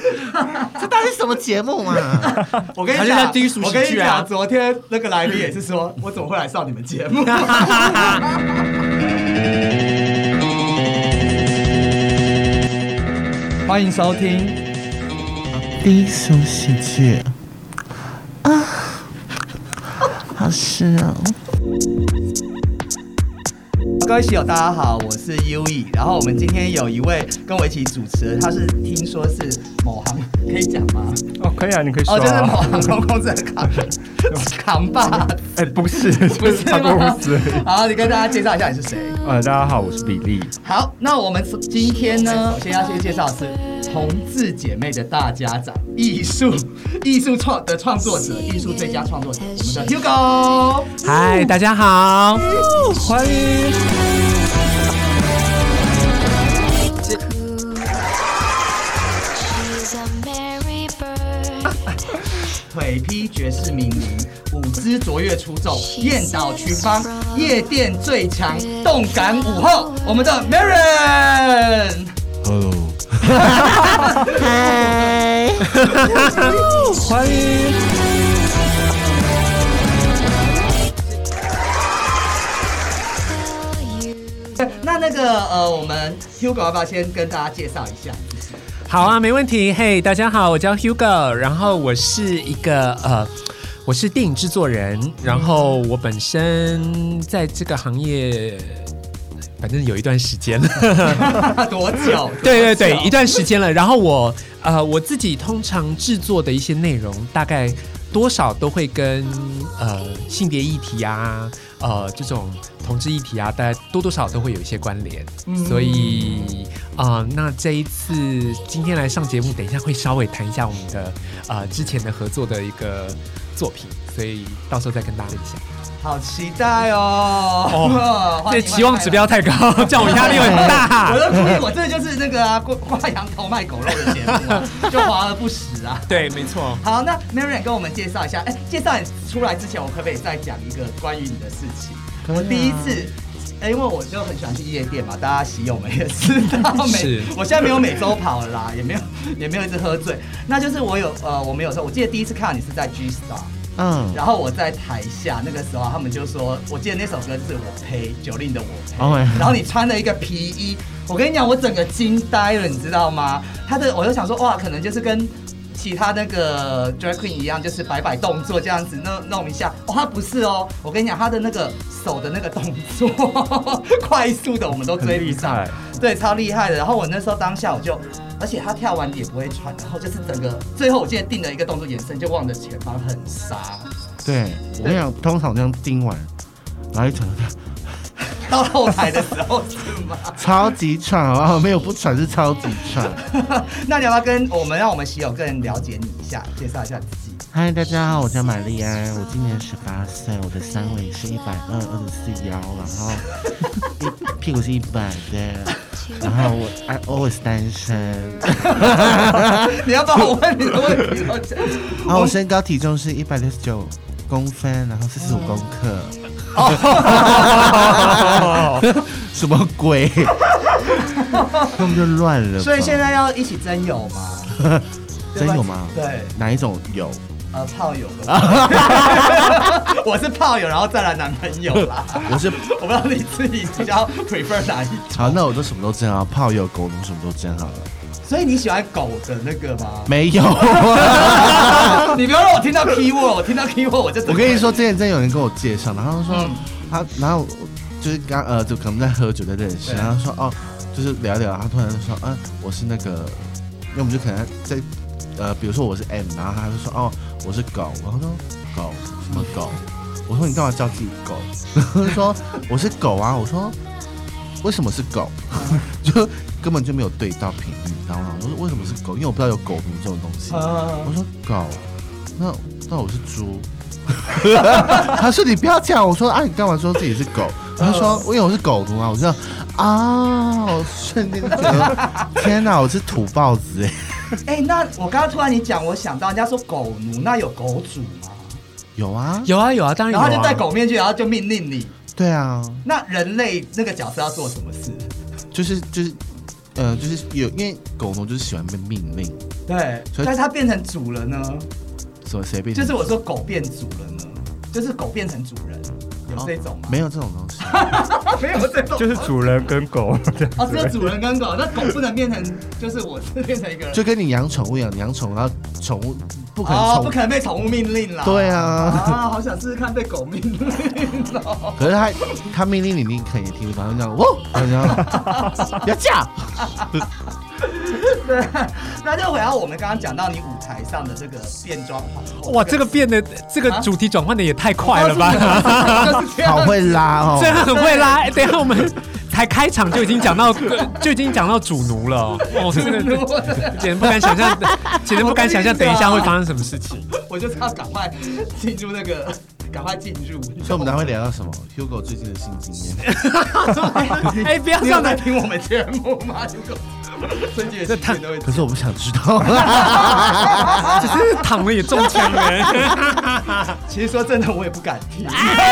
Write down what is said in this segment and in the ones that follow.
这到底是什么节目嘛？ 我跟你讲，我跟你讲，昨天那个来宾也是说，我怎么会来上你们节目？欢迎收听低俗喜剧啊，好湿哦。 各位喜友，大家好，我是 UE。然后我们今天有一位跟我一起主持的，他是听说是某行，可以讲吗？ 哦，可以啊，你可以说、啊。 哦，就是某航空公司的扛把。 哎，不是航空公司。 好，你跟大家介绍一下你是谁？ 大家好，我是比利。 好，那我们今天呢，首先要先介绍的是同志姐妹的大家长，艺术创作者，艺术最佳创作者，我们的 Hugo。 嗨，大家好，欢迎。 腿劈爵士名伶，舞姿卓越出众，艳倒群芳，夜店最强，动感舞后，我们的 Marion。Hello。 嗨， 欢迎。 那个我们 Hugo 要不要先跟大家介绍一下？ 好啊，没问题。嘿，大家好，我叫 Hugo， 然后我是一个我是电影制作人，然后我本身在这个行业，反正有一段时间了。 多久？ 对，一段时间了。然后我自己通常制作的一些内容，大概多少都会跟性别议题啊，这种同志议题啊，大家多多少少都会有一些关联。所以那这一次今天来上节目，等一下会稍微谈一下我们的之前的合作的一个作品，所以到时候再跟大家分享。 好期待哦！ 这期望值不要太高，这样我压力会很大。 我都故意，我这就是那个挂羊头卖狗肉的节目啊，就华而不实啊。 对，没错。 好，那 Marion 跟我们介绍一下，介绍你出来之前，我可不可以再讲一个关于你的事情？我第一次。因为我就很喜欢去夜店嘛，大家喜友们也知道。我现在没有每周跑了啦，也没有一直喝醉。那就是我们有时候，我记得第一次看到你是在 G Star，然后我在台下那个时候，他们就说，我记得那首歌是我呸9令的我呸，然后你穿了一个皮衣，我跟你讲，我整个惊呆了，你知道吗？我就想说，哇，可能就是跟其他那个 drag queen 一样，就是摆动作这样子弄一下。他不是哦，我跟你讲，他的那个手的那个动作，快速的我们都追不上，对，超厉害的。然后我那时候当下而且他跳完也不会喘，然后就是整个最后我记得定了一个动作，眼神就望着前方，很杀。 对，我跟你讲，通常这样盯完，然后一喘。 到后台的时候是吗？ 超级喘，好不好？没有不喘，是超级喘。 那你要不要让我们喜友更了解你一下，介绍一下自己？ 嗨，大家好，我叫玛丽安，我今年18岁，我的三围是120、24腰，然后屁股是100的，然后我 I always 单身。 你要把我问你的问题都讲。 然后我身高体重是169公分，然后45公克。什么鬼？根本就乱了。 所以现在要一起征友吗？ 征友吗？ 对， 哪一种友？ 炮友的。我是炮友，然后再来男朋友啦。我不知道你自己比较 prefer 哪一种。 好，那我都什么都征啊，炮友、狗奴什么都征好了。 所以你喜欢狗的那个吗？ 没有。 你不要让我听到 keyword， 我听到 keyword 我就。 我跟你说，之前真有人跟我介绍，然后说然后就是就可能在喝酒在认识，然后说就是聊聊，他突然就说我是那个，因为我们就可能在比如说我是 M， 然后他就说我是狗，然后说狗什么狗？我说你干嘛叫自己狗？然后就说我是狗啊，我说为什么是狗？就根本就没有对到频率，你知道吗？我说为什么是狗？因为我不知道有狗奴这种东西。我说狗，那我是猪。他说你不要这样，我说你干嘛说自己是狗？他说因为我是狗奴啊，我就瞬间就觉得天哪，我是土豹子那我刚刚突然你讲，我想到人家说狗奴，那有狗主吗？ 有啊， 当然有然后他就戴狗面具，然后就命令你。 对啊。 那人类那个角色要做什么事？ 就是就是因为狗奴就是喜欢被命令， 对，但是它变成主人呢？ 谁变？ 就是我说狗变主人呢，就是狗变成主人，有这种吗？ 没有这种东西， 没有这种， 就是主人跟狗。 哦，只有主人跟狗，那狗不能变成，就是我是变成一个人， 就跟你养宠物一样，你养宠物，然后宠物不可能不可能被宠物命令啦。 对啊， 好想试试看被狗命令哦。 可是他命令你，你可能也听不懂，他这样，然后要叫。 对，那就回到我们刚刚讲到你舞台上的这个变装皇后。 哇，这个变的这个主题转换的也太快了吧！ 好会拉哦， 真的很会拉。等一下我们才开场就已经讲到主奴了哦，这个简直不敢想象，等一下会发生什么事情。 我就是要赶快进入那个。赶快进入， 所以我们等会聊到什么 ？Hugo 最近的性经验。 哎，不要上来听我们节目吗 ？Hugo 最近的经验都会， 可是我不想知道。 只是躺了也中枪了。 其实说真的，我也不敢听。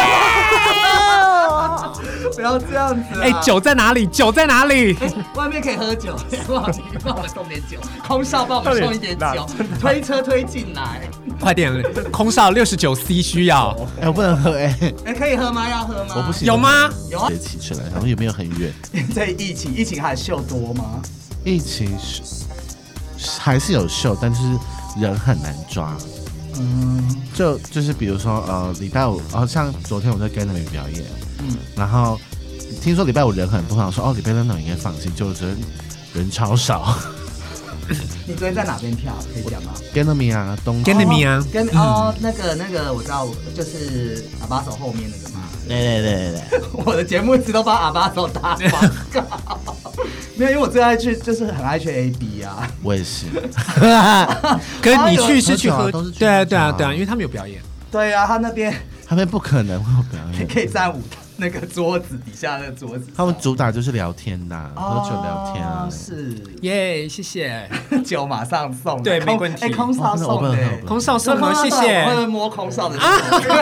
不要这样子！ 哎，酒在哪里？酒在哪里？ 外面可以喝酒，你帮我们送点酒，空少帮我们送一点酒，推车推进来。 快点，空少69C 需要。 哎，我不能喝哎，可以喝吗？要喝吗？ 我不行。 有吗？ 有啊。 起出来，然后有没有很远？ 这疫情还秀多吗？ 疫情还是有秀，但是人很难抓。就是比如说礼拜五，像昨天我在跟那边表演，然后听说礼拜五人很多，我说礼拜六那应该放心，就觉得人超少。 你昨天在哪边跳？可以讲吗 ？Ganami 啊，东 Ganami 啊， 那个我知道，就是阿巴手后面那个嘛。 对。 我的节目一直都帮阿巴手打广告，没有，因为我最爱去，就是很爱去 AB 啊。 我也是。 可是你去是去喝，对啊，因为他们有表演。 对啊，他那边不可能会有表演， 你可以站那个桌子底下那个桌子， 他们主打就是聊天的，喝酒聊天啊。 是耶，谢谢， 酒马上送， 对，没问题。 空少送的， 空少送的，谢谢。 我会摸空少的手，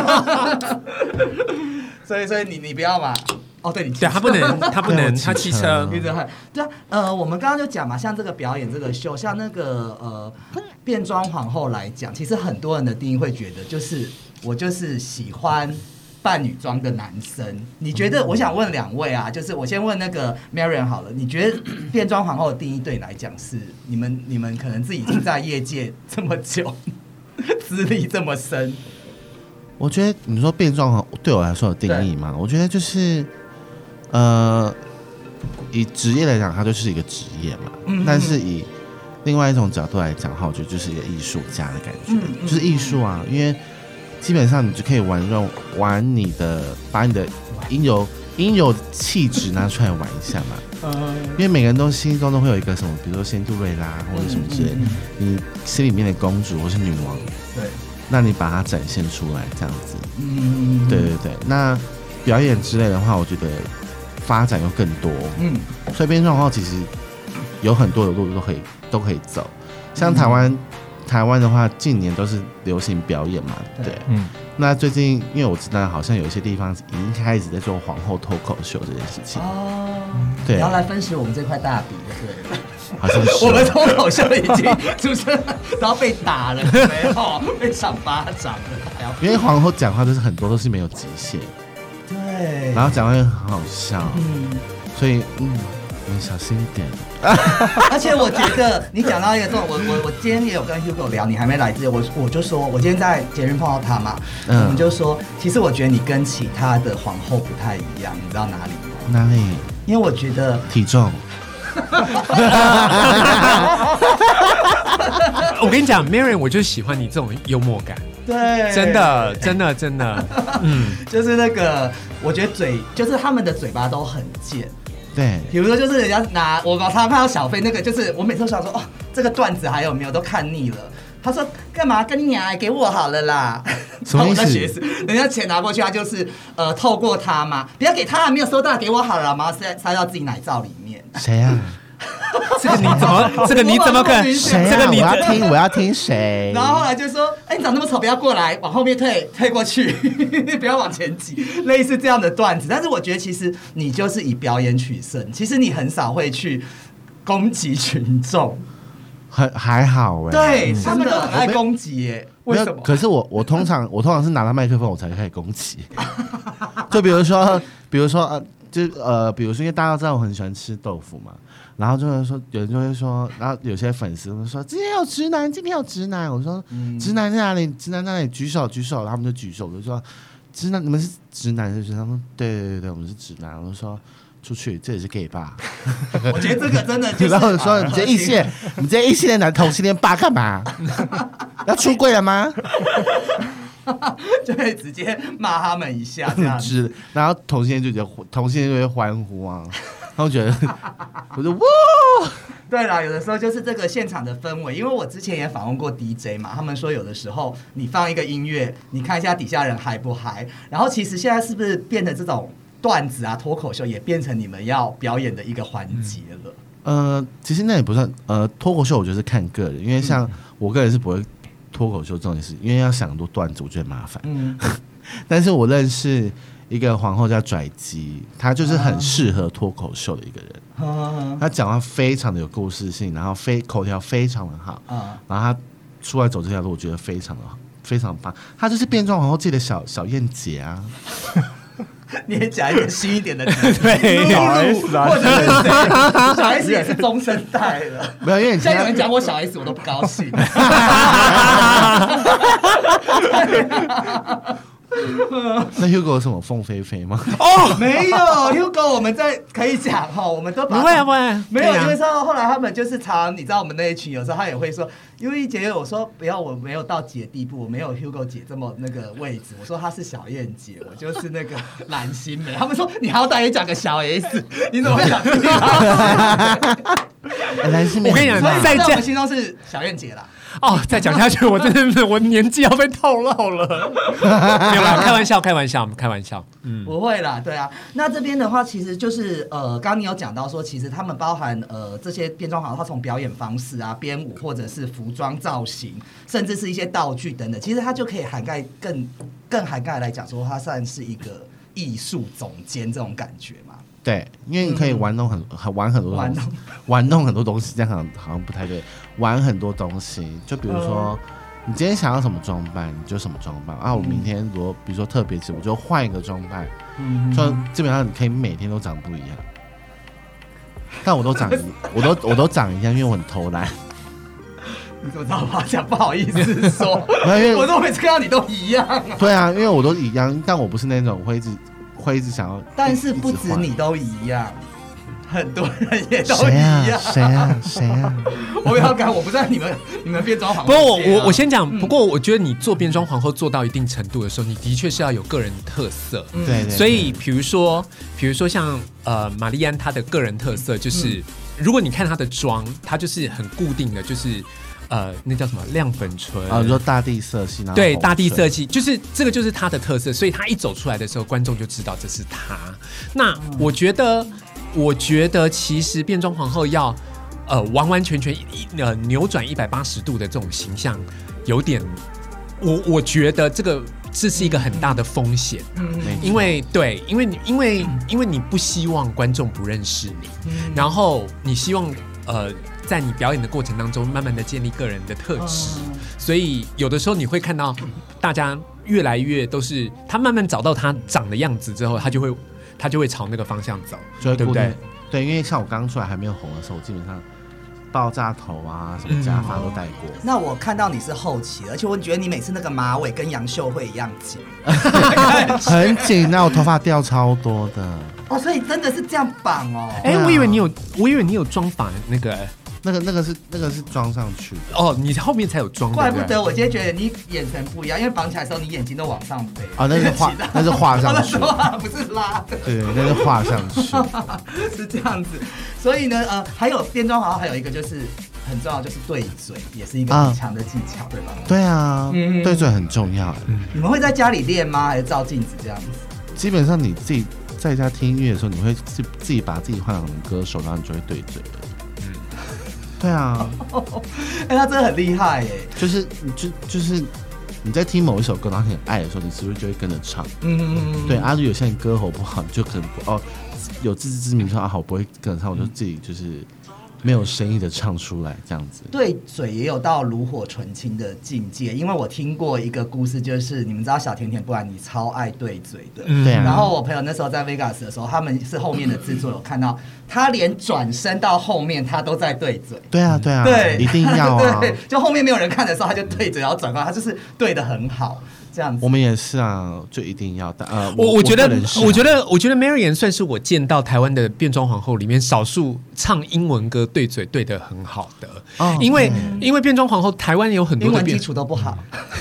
所以你不要嘛。对， 对他不能，他骑车。 对啊，我们刚刚就讲嘛，像这个表演这个秀，像那个变装皇后来讲，其实很多人的定义会觉得，就是我就是喜欢扮女装的男生。你觉得？我想问两位啊，就是我先问那个 Marian 好了，你觉得变装皇后的定义对你来讲是你们可能自己已经在业界这么久，资历这么深？ 我觉得你说变装皇对我来说有定义吗？我觉得就是。以职业来讲，它就是一个职业嘛。但是以另外一种角度来讲的话，我觉得就是一个艺术家的感觉，就是艺术啊。因为基本上你就可以把你的应有气质拿出来玩一下嘛。因为每个人都心中都会有一个什么，比如说仙杜瑞拉或者什么之类的，你心里面的公主或是女王， 对， 那你把它展现出来，这样子。对。那表演之类的话，我觉得。发展又更多，所以变装皇后其实有很多的路都可以走。像台湾的话，近年都是流行表演嘛，对。那最近因为我知道好像有一些地方已经开始在做皇后脱口秀这件事情。对。 你要来分析我们这块大饼，对。 好像是。 我们脱口秀已经主持人都要被打了，没有被赏巴掌了。 因为皇后讲话很多都是没有极限。 对， 然后讲话又很好笑，所以你小心一点。 而且我觉得你讲到一个重点，我今天也有跟 Hugo 聊，你还没来之前，我就说，我今天在捷运碰到他嘛，我们就说，其实我觉得你跟其他的皇后不太一样，你知道哪里吗？ 哪里？ 因为我觉得体重。 我跟你讲 ，Marian， 我就喜欢你这种幽默感。 对， 真的， 就是那个，我觉得就是他们的嘴巴都很贱。 对， 比如说就是人家我常常看到小飞那个，就是我每次都想说，这个段子还有没有，都看腻了。他说干嘛跟你娘给我好了啦？ 什么意思？ 人家钱拿过去，他就是透过他嘛，不要给他，没有收到给我好了嘛，塞到自己奶罩里面。 谁啊？ 这个你怎么可能？ 这个我要听谁？ 然后后来就说，你长那么丑，不要过来，往后面退过去，不要往前挤，类似这样的段子。但是我觉得其实你就是以表演取胜，其实你很少会去攻击群众， 还好对，他们都很爱攻击耶。为什么？ 可是我通常是拿到麦克风我才开始攻击，就比如说比如说因为大家都知道我很喜欢吃豆腐嘛，然后就会说有人就会说，然后有些粉丝会说今天有直男，我说直男在哪里？直男在哪里？举手，然后他们就举手，我就说直男，你们是直男是不是？他们说对，我们是直男，我就说。出去，这也是 gay 吧？ 我觉得这个真的就是。 然后说你这一线的男同性恋爸干嘛？要出柜了吗？ 就会直接骂他们一下这样子。 然后同性恋就会欢呼啊，他们觉得我说哇。 对啦，有的时候就是这个现场的氛围，因为我之前也访问过 DJ 嘛，他们说有的时候你放一个音乐，你看一下底下人嗨不嗨，然后其实现在是不是变成这种？段子啊，脱口秀也变成你们要表演的一个环节了。 其实那也不算脱口秀，我觉得是看个人，因为像我个人是不会脱口秀这种事，因为要想很多段子，我觉得麻烦。但是我认识一个皇后叫拽鸡，她就是很适合脱口秀的一个人。她讲话非常的有故事性，然后口条非常的好，然后她出来走这条路，我觉得非常棒。她就是变装皇后界的小燕姐啊。 你也讲一点新一点的， 对， 小 S 啊， 或者是谁？小 S 也是中生代了， 没有，因为现在有人讲我小 S， 我都不高兴。 那 Hugo 有什么凤飞飞吗？ 哦，没有 Hugo， 我们可以讲哈，我们都把不会， 没有，因为后来他们就是你知道我们那一群有时候他也会说，因为姐我说不要，我没有到姐地步，我没有 Hugo 姐这么那个位置，我说她是小燕姐，我就是那个蓝心湄。他们说你好歹也讲个小 S， 你怎么会讲这个？ 蓝心湄， 我跟你讲，在我们心中是小燕姐啦。 再讲下去，我真的我年纪要被透露了。没有啦，开玩笑。 不会啦，对啊。那这边的话，其实就是刚刚你有讲到说，其实他们包含这些变装皇后，从表演方式啊、编舞或者是服装造型，甚至是一些道具等等，其实它就可以涵盖更涵盖来讲说，它算是一个艺术总监这种感觉嘛。 对，因为你可以玩弄很多东西，玩弄很多东西，这样好像不太对。玩很多东西，就比如说，你今天想要什么装扮，你就什么装扮啊。我明天比如说特别节，我就换一个装扮，就基本上你可以每天都长不一样。但我都长一样，因为我很偷懒。 你怎么知道我讲不好意思说？我说每次看到你都一样。 对啊，因为我都一样，但我不是那种会一直想要， 但是不止你都一样，很多人也都一样。 谁啊？ 我不要赶，我不知道你们变装皇后。 不过我先讲，不过我觉得你做变装皇后做到一定程度的时候，你的确是要有个人特色。 对。 所以比如说像玛丽安她的个人特色就是，如果你看她的妆，她就是很固定的，就是。那叫什么亮粉唇啊？你说大地色系， 对，大地色系，就是这个就是他的特色，所以他一走出来的时候，观众就知道这是他。那我觉得其实变装皇后要完完全全扭转180度的这种形象，有点，我觉得这是一个很大的风险，因为你不希望观众不认识你，然后你希望在你表演的过程当中，慢慢的建立个人的特质，所以有的时候你会看到大家越来越都是他慢慢找到他长的样子之后，他就会朝那个方向走，对不对？ 对，因为像我刚出来还没有红的时候，我基本上爆炸头啊，什么假发都戴过。 那我看到你是后期，而且我觉得你每次那个马尾跟杨秀慧一样紧， 很紧，那我头发掉超多的。 所以真的是这样绑哦。 我以为你有妆发那个。 那个是装上去的你后面才有装。 怪不得我今天觉得你眼神不一样，因为绑起来的时候你眼睛都往上飞。 那是画上去， 不是拉的。 对，那是画上去， 是这样子。所以呢，还有变装皇后还有一个就是很重要，就是对嘴，也是一个很强的技巧，对吧？ 对啊，对嘴很重要。 你们会在家里练吗？还是照镜子这样子？ 基本上你自己在家听音乐的时候，你会自己把自己换成歌手，然后你就会对嘴了。对啊， 他真的很厉害耶！ 就是你在听某一首歌，然后你很爱的时候，你是不是就会跟着唱？对啊，有些人歌喉不好，你就可能有自知之明说好，我不会跟着唱，我就自己就是没有声音的唱出来，这样子。 对嘴也有到炉火纯青的境界，因为我听过一个故事，就是你们知道小甜甜布兰妮超爱对嘴的， 对啊。 然后我朋友那时候在 Vegas 的时候，他们是后面的制作有看到，他连转身到后面他都在对嘴。 对啊，对啊， 对， 一定要啊！ 对，就后面没有人看的时候，他就对嘴，然后转过来，他就是对得很好。这样子， 我们也是啊，就一定要。 我觉得 Marianne 算是我见到台湾的变装皇后里面少数唱英文歌对嘴对得很好的，因为变装皇后台湾有很多的英文基础都不好。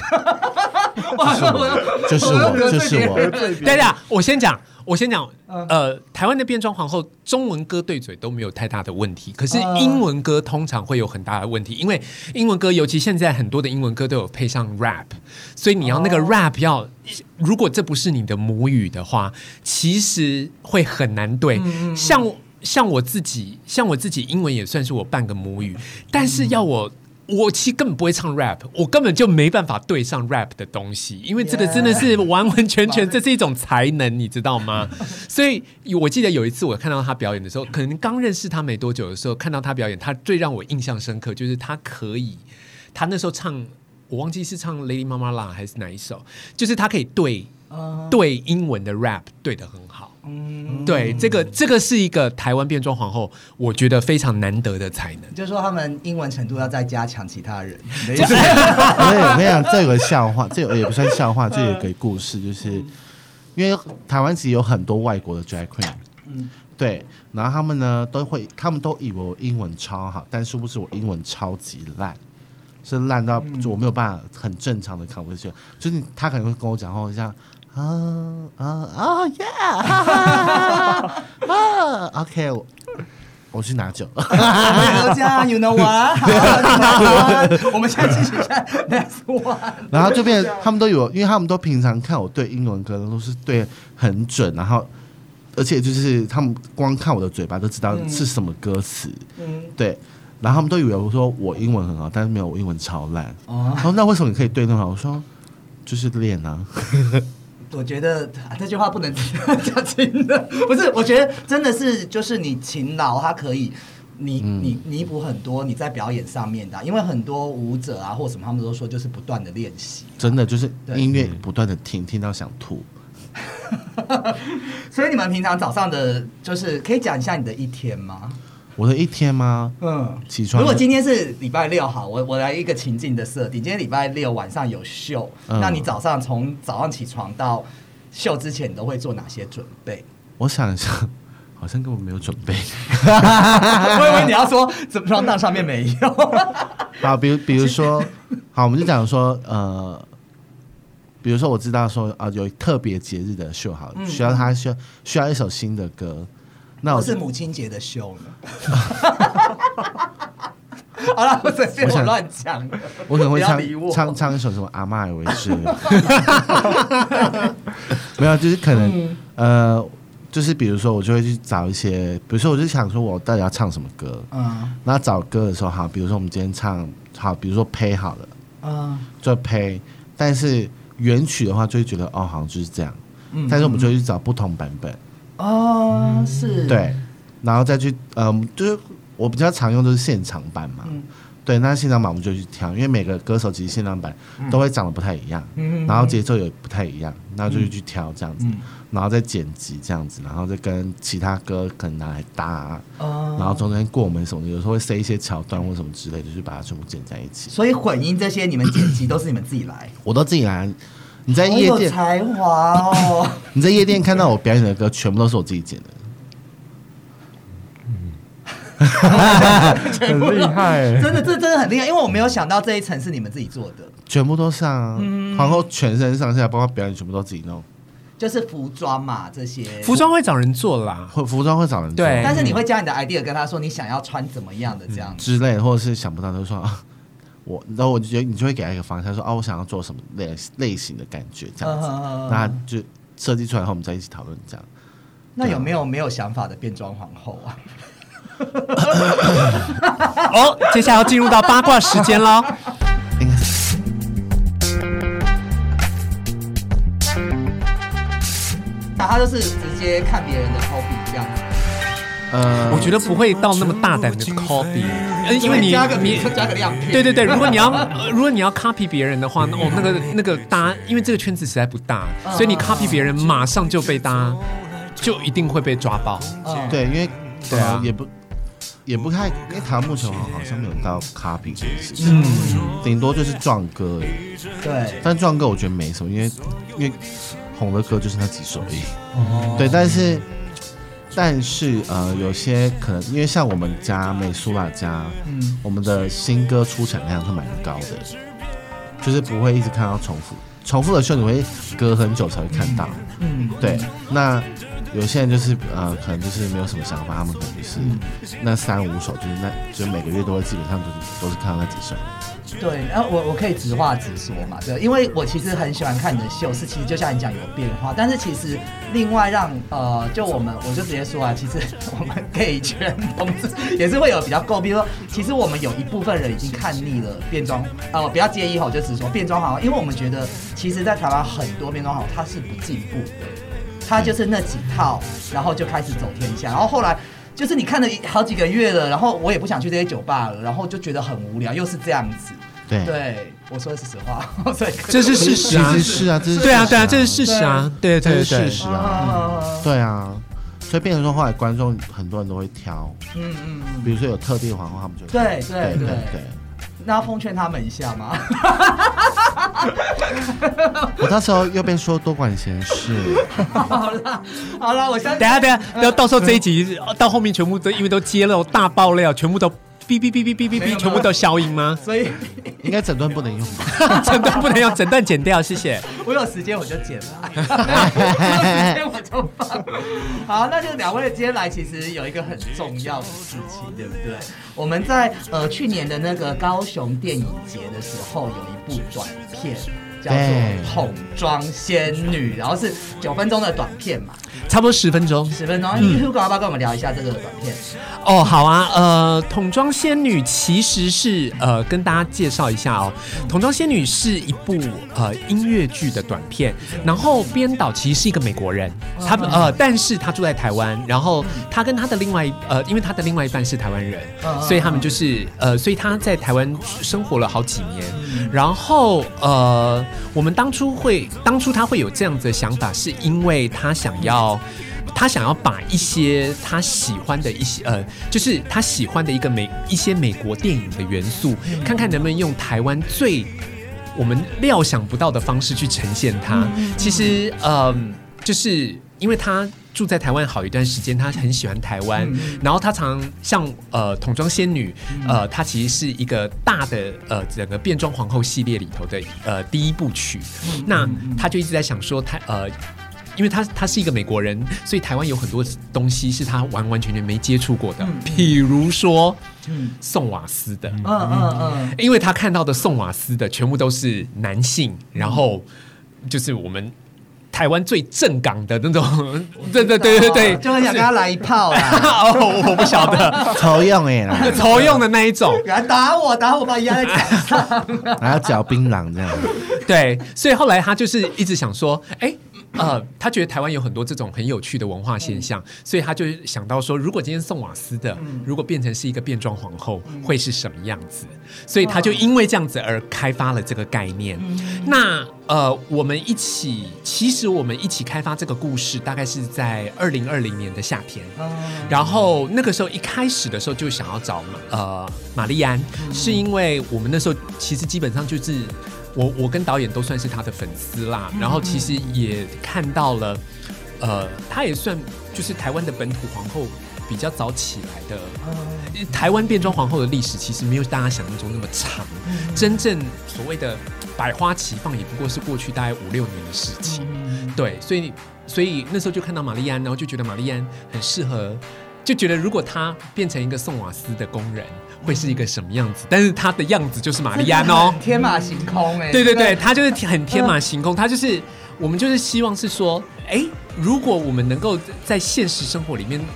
就是我。 对呀，我先讲。台湾的变装皇后中文歌对嘴都没有太大的问题，可是英文歌通常会有很大的问题，因为英文歌尤其现在很多的英文歌都有配上 rap， 所以你要那个 rap 要，如果这不是你的母语的话，其实会很难对。像我自己英文也算是我半个母语，但是要我其实根本不会唱 rap， 我根本就没办法对上 rap 的东西，因为这个真的是完完全全，这是一种才能，你知道吗？所以我记得有一次我看到他表演的时候，可能刚认识他没多久的时候，看到他表演，他最让我印象深刻就是他那时候唱，我忘记是唱 Lady Mama La 还是哪一首，就是他可以对英文的 rap 对得很好。对，这个是一个台湾变装皇后，我觉得非常难得的才能。 就是说他们英文程度要再加强其他人。 我跟你讲，这有个笑话，这也不算笑话，这有个故事，就是因为台湾其实有很多外国的 drag queen，对，然后他们都以为我英文超好，但殊不知我英文超级烂，是烂到就我没有办法很正常的 conversation，就是他可能会跟我讲话像。OK， 我去拿酒。 You know what？ 我们现在继续看 next one。 然后就变成他们都有，因为他们都平常看我对英文歌都是对很准，然后而且就是他们光看我的嘴巴都知道是什么歌词，对。然后他们都以为我说我英文很好，但是没有，我英文超烂。然后那为什么你可以对那么好？我说就是练啊。 我觉得这句话不能讲真的，不是，我觉得真的是就是你勤劳，它可以弥补很多你在表演上面的，因为很多舞者啊或什么，他们都说就是不断的练习， 真的就是音乐不断的听到想吐。 所以你们平常早上的，就是可以讲一下你的一天吗？ 我的一天吗？起床。如果今天是礼拜六，好，我来一个情境的设定。今天礼拜六晚上有秀，那你从早上起床到秀之前，你都会做哪些准备？ 我想一下，好像根本没有准备。 我以为你要说床单上面没有。 好，比如说，好，我们就讲说，比如说我知道说有特别节日的秀，好，需要一首新的歌。那我是母亲节的秀呢。好了，我随便我乱讲的。 我可能会唱一首什么阿嬷为之。没有，就是可能就是比如说我就会去找一些，比如说我就想说我到底要唱什么歌，然后找歌的时候，好，比如说我们今天唱好，比如说呸好了，就呸，但是原曲的话就会觉得好像就是这样，但是我们就会去找不同版本。 是， 对，然后再去就是我比较常用都是现场版嘛，对，那现场版我们就去挑，因为每个歌手其实现场版都会长得不太一样，然后节奏也不太一样，然后就去挑这样子，然后再剪辑这样子，然后再跟其他歌可能拿来搭，然后中间过门什么的，有时候会塞一些桥段或什么之类的，就是把它全部剪在一起。 所以混音这些你们剪辑都是你们自己来？ 我都自己来。你在夜店有才华哦！ 你在夜店看到我表演的歌，全部都是我自己剪的，很厉害， 真的，这真的很厉害，因为我没有想到这一层是你们自己做的， 全部都上，皇后全身上下，包括表演，全部都自己弄。 就是服装嘛，这些服装会找人做啦， 服装会找人做， 对， 但是你会加你的 idea 跟他说你想要穿怎么样的这样之类的，或者是想不到就说然后我就觉得你就会给他一个方向，说我想要做什么类型的感觉这样子，那就设计出来后我们再一起讨论这样。 那有没有想法的变装皇后啊？ 接下来要进入到八卦时间咯。 应该是他就是直接看别人的 copy 这样子。 我觉得不会到那么大胆的 copy， 因为你加个亮片。 对对对，如果你要 copy 别人的话，那个大家因为这个圈子实在不大，所以你 copy 别人马上就被大家就一定会被抓爆。 对，因为也不太，因为台湾目前好像没有到 copy 这件事情，顶多就是壮歌而已。 对， 但壮歌我觉得没什么，因为红的歌就是那几首而已。对，但是有些可能因为像我们家美苏拉家，我们的新歌出产量是蛮高的，就是不会一直看到重复的秀，你会隔很久才会看到。对，那有些人就是可能就是没有什么想法，他们可能就是那3-5首，就是每个月都会基本上都是看到那几首。 对，然后我可以直话直说嘛，对，因为我其实很喜欢看你的秀，其实就像你讲有变化，但是其实另外我就直接说啊，其实我们gay圈同志也是会有比较诟病，说其实我们有一部分人已经看腻了变装，不要介意哈，我就直说变装好，因为我们觉得其实在台湾很多变装好它是不进步的，它就是那几套，然后就开始走天下，然后后来。就是你看了好几个月了，然后我也不想去这些酒吧了，然后就觉得很无聊，又是这样子。对，我说的是实话，所以这是事实啊， 其实是啊，这是对啊，这是事实啊，对， 这是事实啊，对啊，所以变成说后来观众很多人都会挑，比如说有特地的皇后，他们就对。那要奉劝他们一下吗？ 我到时候又被说多管闲事。 好了，我相信。 等下，到时候这一集到后面全部都因为都揭露大爆料，全部都哔，全部都消音吗？ 所以应该整段不能用吧？ 整段不能用，整段剪掉，谢谢。 我有时间我就剪了，没有时间我就放。好，那就2位今天来，其实有一个很重要的事情，对不对？我们在去年的那个高雄电影节的时候，有一部短片叫做《桶装仙女》，然后是9分钟的短片嘛， 差不多10分钟。 10分钟，Hugo 要不要跟我们聊一下这个短片？ 哦，好啊，桶装仙女其实是跟大家介绍一下哦，桶装仙女是一部音乐剧的短片，然后编导其实是一个美国人，但是他住在台湾，然后他跟他的因为他的另外一半是台湾人，所以他们就是所以他在台湾生活了好几年，然后我们当初他会有这样子的想法，是因为他想要把一些他喜欢的就是他喜欢的一些美国电影的元素，看看能不能用台湾我们料想不到的方式去呈现它。其实就是因为他住在台湾好一段时间，他很喜欢台湾，然后他常像桶装仙女，它其实是一个大的整个变装皇后系列里头的第一部曲，那他就一直在想说因为他是一个美国人，所以台湾有很多东西是他完完全全没接触过的，譬如说宋瓦斯的，因为他看到的宋瓦斯的全部都是男性，然后就是我们台湾最正港的那种，对， 就很想跟他来一炮啦。 我不晓得， 抽用哎啦， 抽用的那一种， 打我，把我压在脚上， 然后嚼槟榔这样。 对，所以后来他就是一直想说，他觉得台湾有很多这种很有趣的文化现象，所以他就想到说，如果今天宋瓦斯的如果变成是一个变装皇后，会是什么样子？所以他就因为这样子而开发了这个概念。那我们一起开发这个故事，大概是在2020年的夏天。然后那个时候一开始的时候就想要找玛丽安，是因为我们那时候其实基本上就是。我跟导演都算是他的粉丝啦，然后其实也看到了，他也算就是台湾的本土皇后比较早起来的。台湾变装皇后的历史其实没有大家想象中那么长，真正所谓的百花齐放也不过是过去大概5-6年的事情。对，所以那时候就看到玛丽安，然后就觉得玛丽安很适合。就觉得如果他变成一个宋瓦斯的工人，会是一个什么样子？但是他的样子就是玛丽安哦， 天马行空哎。 对，他就是很天马行空，他就是我们就是希望是说，如果我们能够在现实生活里面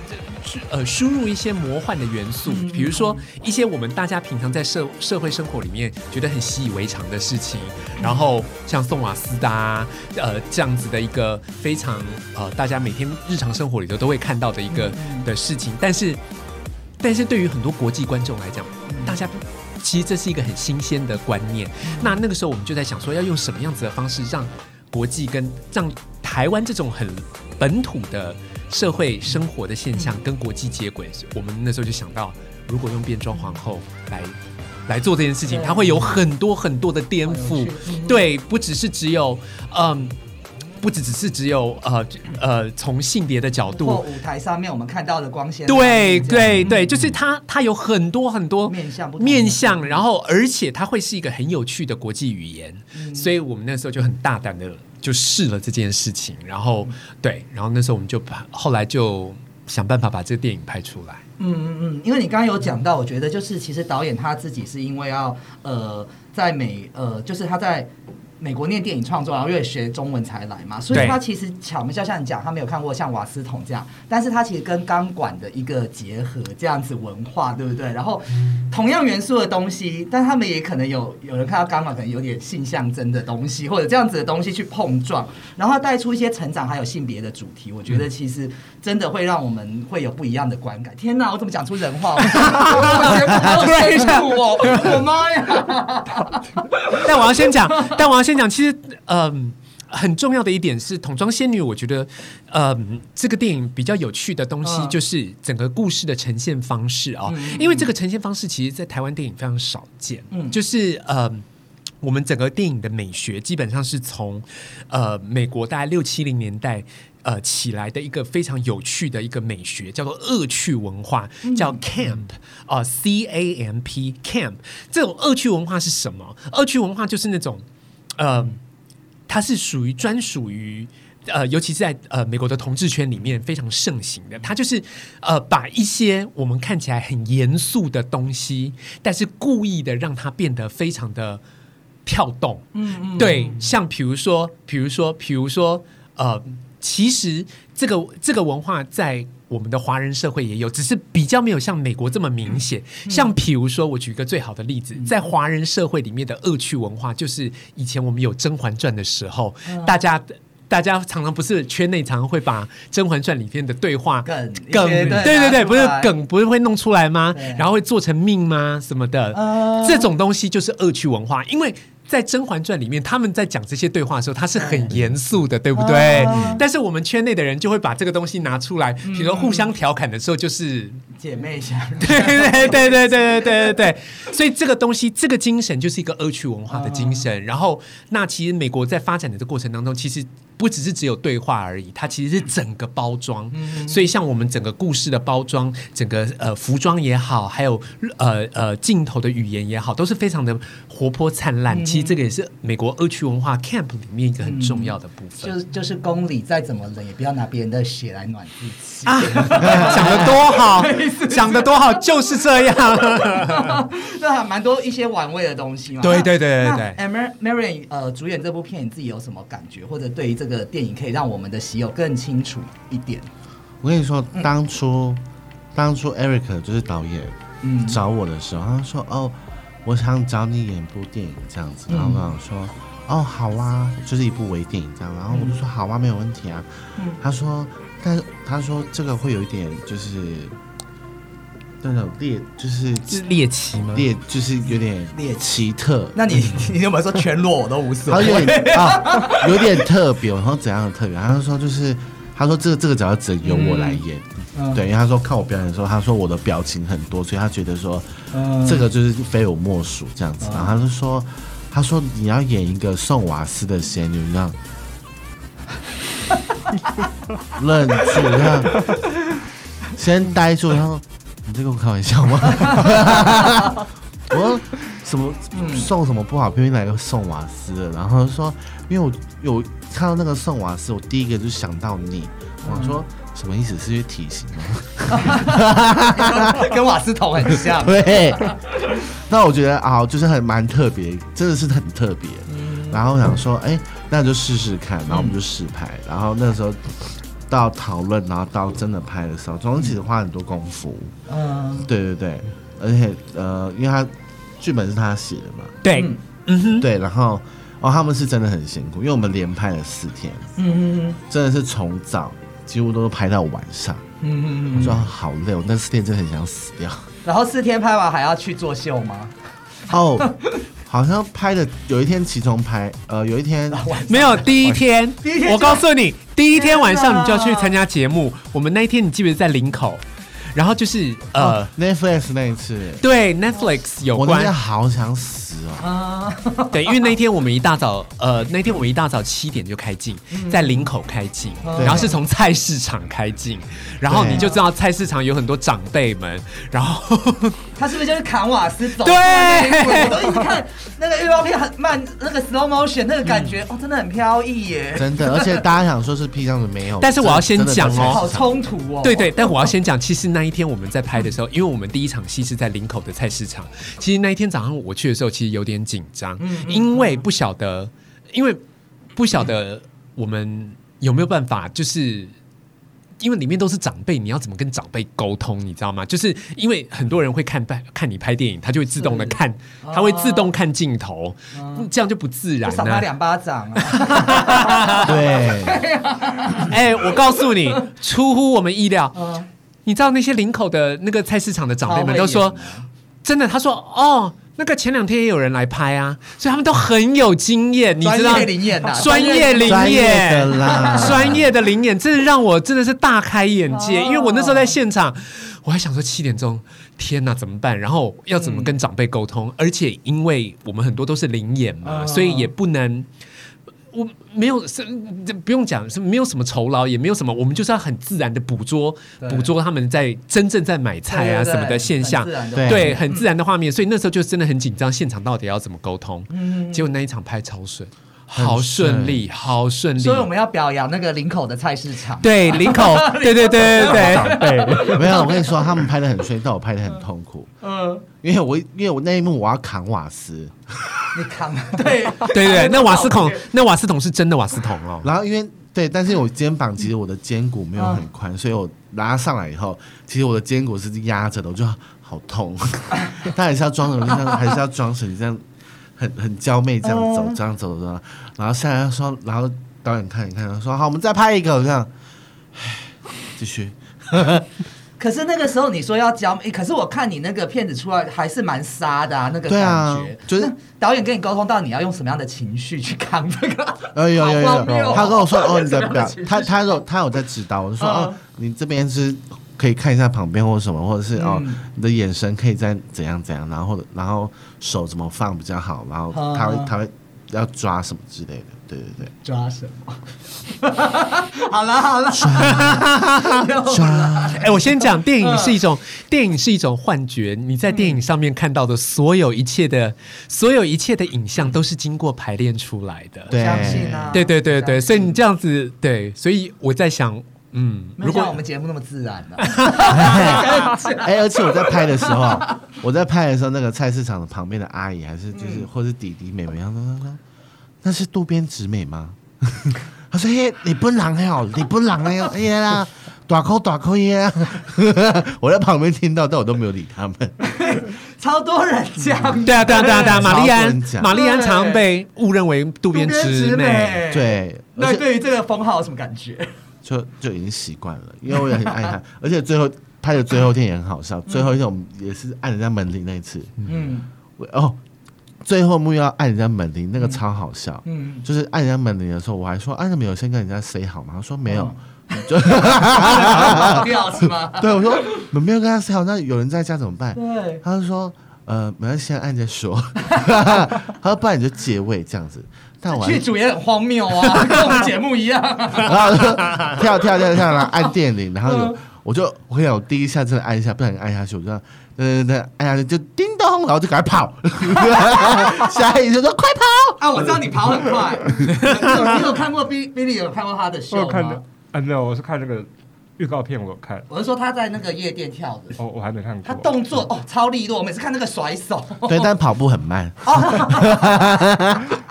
输入一些魔幻的元素，比如说一些我们大家平常在社会生活里面觉得很习以为常的事情，然后像送瓦斯的这样子的一个非常大家每天日常生活里头都会看到的一个的事情，但是对于很多国际观众来讲，大家其实这是一个很新鲜的观念。那个时候我们就在想说，要用什么样子的方式让国际跟让台湾这种很本土的社会生活的现象跟国际接轨。我们那时候就想到，如果用变装皇后来做这件事情，它会有很多很多的颠覆。对，不只是只有从性别的角度， 或舞台上面我们看到的光线， 对，就是它有很多很多面向，然后而且它会是一个很有趣的国际语言，所以我们那时候就很大胆的就试了这件事情，然后那时候我们就后来就想办法把这个电影拍出来。 因为你刚刚有讲到，我觉得就是其实导演他自己是因为要在就是他在美国念电影创作，然后因为学中文才来嘛，所以他其实巧妙，像你讲，他没有看过像瓦斯桶这样，但是他其实跟钢管的一个结合，这样子文化，对不对？然后同样元素的东西，但他们也可能有人看到钢管可能有点性象征的东西，或者这样子的东西去碰撞，然后带出一些成长还有性别的主题。我觉得其实真的会让我们会有不一样的观感。天哪，我怎么讲出人话？我妈呀！ 但我要先讲，其实很重要的一点是，《桶装仙女》我觉得这个电影比较有趣的东西就是整个故事的呈现方式啊，因为这个呈现方式其实在台湾电影非常少见，就是我们整个电影的美学基本上是从美国大概60-70年代起来的一个非常有趣的一个美学，叫做恶趣文化，叫 camp CAMP camp。这种恶趣文化是什么？恶趣文化就是那种它是专属于尤其是在美国的同志圈里面非常盛行的。它就是把一些我们看起来很严肃的东西，但是故意的让它变得非常的跳动。对，像比如说其实这个文化在我们的华人社会也有，只是比较没有像美国这么明显。像比如说，我举一个最好的例子，在华人社会里面的恶趣文化，就是以前我们有《甄嬛传》的时候，大家常常不是圈内常常会把《甄嬛传》里面的对话梗对，不是梗不是会弄出来吗？然后会做成命吗什么的，这种东西就是恶趣文化，因为在《甄嬛传》里面，他们在讲这些对话的时候，他是很严肃的，对不对？但是我们圈内的人就会把这个东西拿出来，比如说互相调侃的时候，就是姐妹相认。 对，所以这个东西，这个精神就是一个恶趣文化的精神。然后，那其实美国在发展的这过程当中，其实不只有对话而已，它其实是整个包装。所以，像我们整个故事的包装，整个服装也好，还有镜头的语言也好，都是非常的活泼灿烂。其实这个也是美国恶趣文化 camp 里面一个很重要的部分。 就是公理再怎么冷，也不要拿别人的血来暖自己。 讲得多好，讲得多好，就是这样。 这还蛮多一些玩味的东西嘛。 对。 Marian 主演这部片，你自己有什么感觉，或者对于这个电影可以让我们的喜友更清楚一点？ 我跟你说，当初 Eric 就是导演找我的时候，他说我想找你演部电影这样子，然后我想说好啊，就是一部微电影这样，然后我就说好啊，没有问题啊。他说这个会有一点就是那种就是猎奇吗？ 就是有点奇特。 那你有没有说全裸我都无所谓？ 有点特别。然后怎样的特别？他说这个角色只由我来演。对，因为他说看我表演的时候，他说我的表情很多，所以他觉得说这个就是非我莫属这样子。然后他说你要演一个送瓦斯的仙女，这样愣住，这样先呆住。他说你在跟我开玩笑吗？我说什么送什么不好，偏偏来个送瓦斯的。然后说因为我有看到那个送瓦斯，我第一个就想到你。我说什么意思？是因为体型吗？ 跟瓦斯桶很像。 对。那我觉得就是蛮特别，真的是很特别。然后我想说，那就试试看。然后我们就试拍。然后那时候到讨论，然后到真的拍的时候，中间其实花很多功夫。对对对，而且因为他剧本是他写的嘛， 对， 对，然后他们是真的很辛苦，因为我们连拍了4天，真的是从早几乎都拍到晚上，我说好累，我那4天真的很想死掉。 然后4天拍完还要去做秀吗？ 好像拍的有一天其中拍，有一天没有第一天，我告诉你，第一天晚上你就要去参加节目。我们那一天你记不记得在林口？然后就是 Netflix 那一次， 对 Netflix 有关， 我那天好想死哦。 对，因为那天我们一大早7点就开镜，在林口开镜，然后是从菜市场开镜，然后你就知道菜市场有很多长辈们，然后他是不是就是扛瓦斯走？ 对， 我都一直看那个预告片很慢，那个 slow motion 那个感觉真的很飘逸耶， 真的，而且大家想说是 P 这样子没有， 但是我要先讲哦， 好冲突哦。 对对，但我要先讲，其实那一天我们在拍的时候，因为我们第一场戏是在林口的菜市场，其实那一天早上我去的时候，其实有点紧张，因为不晓得我们有没有办法，就是因为里面都是长辈，你要怎么跟长辈沟通，你知道吗？就是因为很多人会看你拍电影，他就会自动的看，他会自动看镜头，这样就不自然， 赏他2巴掌啊！ 对， 我告诉你，出乎我们意料。你知道那些林口的那个菜市场的长辈们都说，真的，他说那个前2天也有人来拍啊，所以他们都很有经验，你知道，专业灵演啦，专业的灵演，真的让我真的是大开眼界。因为我那时候在现场，我还想说7点钟，天哪，怎么办？然后要怎么跟长辈沟通？而且因为我们很多都是灵演嘛，所以也不能。我没有不用讲，没有什么酬劳，也没有什么，我们就是要很自然的捕捉他们在真正在买菜啊什么的现象，对，很自然的画面，所以那时候就真的很紧张，现场到底要怎么沟通？结果那一场拍超顺。好顺利，好顺利。 所以我们要表扬那个林口的菜市场。 对，林口，对， 没有，我跟你说，他们拍的很顺，但我拍的很痛苦。因为我那一幕我要扛瓦斯。 你扛？ 对，那瓦斯桶是真的瓦斯桶哦。 然后因为对，但是我肩膀其实我的肩骨没有很宽，所以我拉上来以后，其实我的肩骨是压着的，我就好痛。但还是要装着，还是要装着，你这样。很娇媚这样走，这样走，然后下来说，然后导演看一看，说好，我们再拍一个，这样，继续。 可是那个时候你说要娇媚，可是我看你那个片子出来还是蛮杀的那个感觉。就是导演跟你沟通到你要用什么样的情绪去扛这个。 有，他跟我说你的表，他有在指导，我就说你这边是。可以看一下旁边或什么，或者是你的眼神可以再怎样，然后手怎么放比较好，然后他会要抓什么之类的，对， 抓什么？好了， 抓。 我先讲，电影是一种幻觉，你在电影上面看到的所有一切的影像都是经过排练出来的， 对， 相信啊， 对，所以你这样子，对，所以我在想。 如果我们节目那么自然呢？ 而且我在拍的时候，那个菜市场的旁边的阿姨还是就是或是弟弟妹妹，他说那是渡边直美吗？他说嘿，你不人哦，你不人哎呀啦，大口耶！我在旁边听到，但我都没有理他们。 超多人讲， 对啊，玛丽安常被误认为渡边直美， 对。 那对于这个封号有什么感觉？ 就已经习惯了，因为我也很爱他，而且最后拍的最后一天也很好笑。最后一天我们也是按人家门铃那一次，最后幕要按人家门铃，那个超好笑。就是按人家门铃的时候，我还说你们有先跟人家 say 好吗？他说没有，就跑掉是吗？ 对，我说你们没有跟他 say 好，那有人在家怎么办？ 对， 他就说没关系，先按着说。他说不然你就借位这样子。 剧组也很荒谬啊，跟我们节目一样。 然后跳，然后按电铃，然后我跟你讲，我第一下真的按一下，不小心按下去，我就按下去就叮咚，然后就赶快跑。下一就说快跑！ 我知道你跑很快。你有看过 Billy 有看过他的秀吗？ 我看的没有，我是看那个预告片，我有看。 我是说他在那个夜店跳的。 我还没看过。 他动作超利落，我每次看那个甩手。 对，但跑步很慢。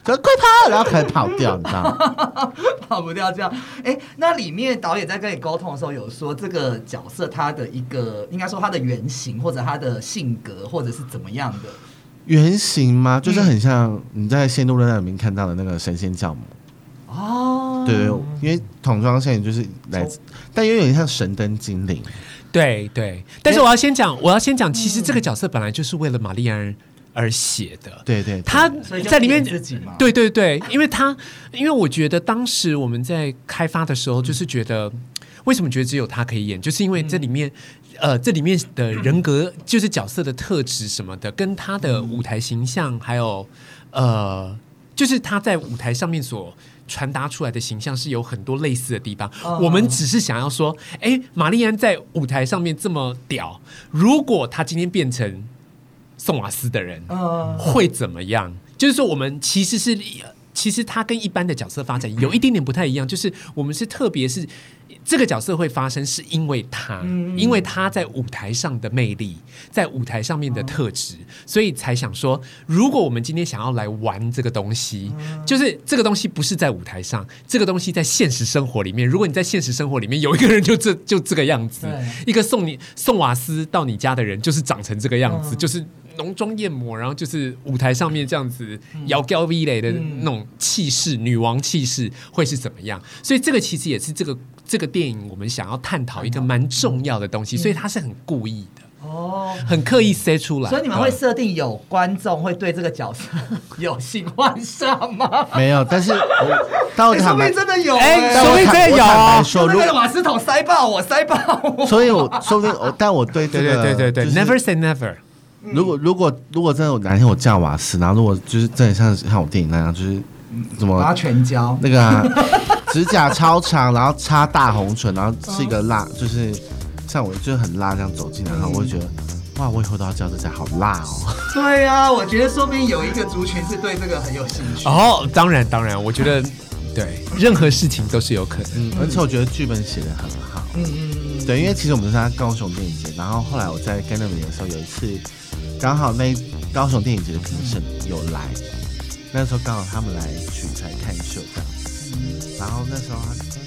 说快跑，然后开始跑掉，你知道吗？ 跑不掉这样。那里面导演在跟你沟通的时候，有说这个角色他的一个，应该说他的原型或者他的性格，或者是怎么样的原型吗？就是很像你在《仙路热带雨林》看到的那个神仙教母。哦，对，因为桶装线就是来自，但又有点像神灯精灵。 对对，但是我要先讲，其实这个角色本来就是为了玛丽安而写的。 对对， 他在里面， 对对对，因为我觉得当时我们在开发的时候，就是觉得为什么觉得只有他可以演，就是因为这里面的人格，就是角色的特质什么的，跟他的舞台形象，还有就是他在舞台上面所传达出来的形象是有很多类似的地方。我们只是想要说，玛丽安在舞台上面这么屌，如果他今天变成宋瓦斯的人，会怎么样？就是说，我们其实他跟一般的角色发展有一点点不太一样，就是我们是特别是这个角色会发生，是因为他在舞台上的魅力，在舞台上面的特质，所以才想说，如果我们今天想要来玩这个东西，就是这个东西不是在舞台上，这个东西在现实生活里面。如果你在现实生活里面有一个人就这个样子，一个送瓦斯到你家的人就是长成这个样子，就是浓妆艳抹，然后就是舞台上面这样子摇高 V 雷的那种气势，女王气势会是怎么样？所以这个其实也是这个电影我们想要探讨一个蛮重要的东西，所以它是很故意的。很刻意塞出来。 所以你们会设定有观众会对这个角色有性幻想吗？ 没有，但是到说不定真的有， 说不定真的有啊。 说那个瓦斯桶塞爆我，塞爆我。 所以我说不定，但我对这个对 ，never say never。 如果真的有哪天我叫瓦斯，然后如果就是真的像我电影那样，就是怎么把它全交那个指甲超长，然后擦大红唇，然后是一个辣，就是像我就是很辣这样走进来，然后我会觉得哇，我以后都要叫这家好辣哦。 对啊，我觉得说不定有一个族群是对这个很有兴趣。 当然，我觉得对任何事情都是有可能。 而且我觉得剧本写得很好。对，因为其实我们是在高雄电影节，然后后来我在跟那边的时候，有一次刚好那高雄电影节的评审有来，那时候刚好他们来取材看秀这样子，然后那时候他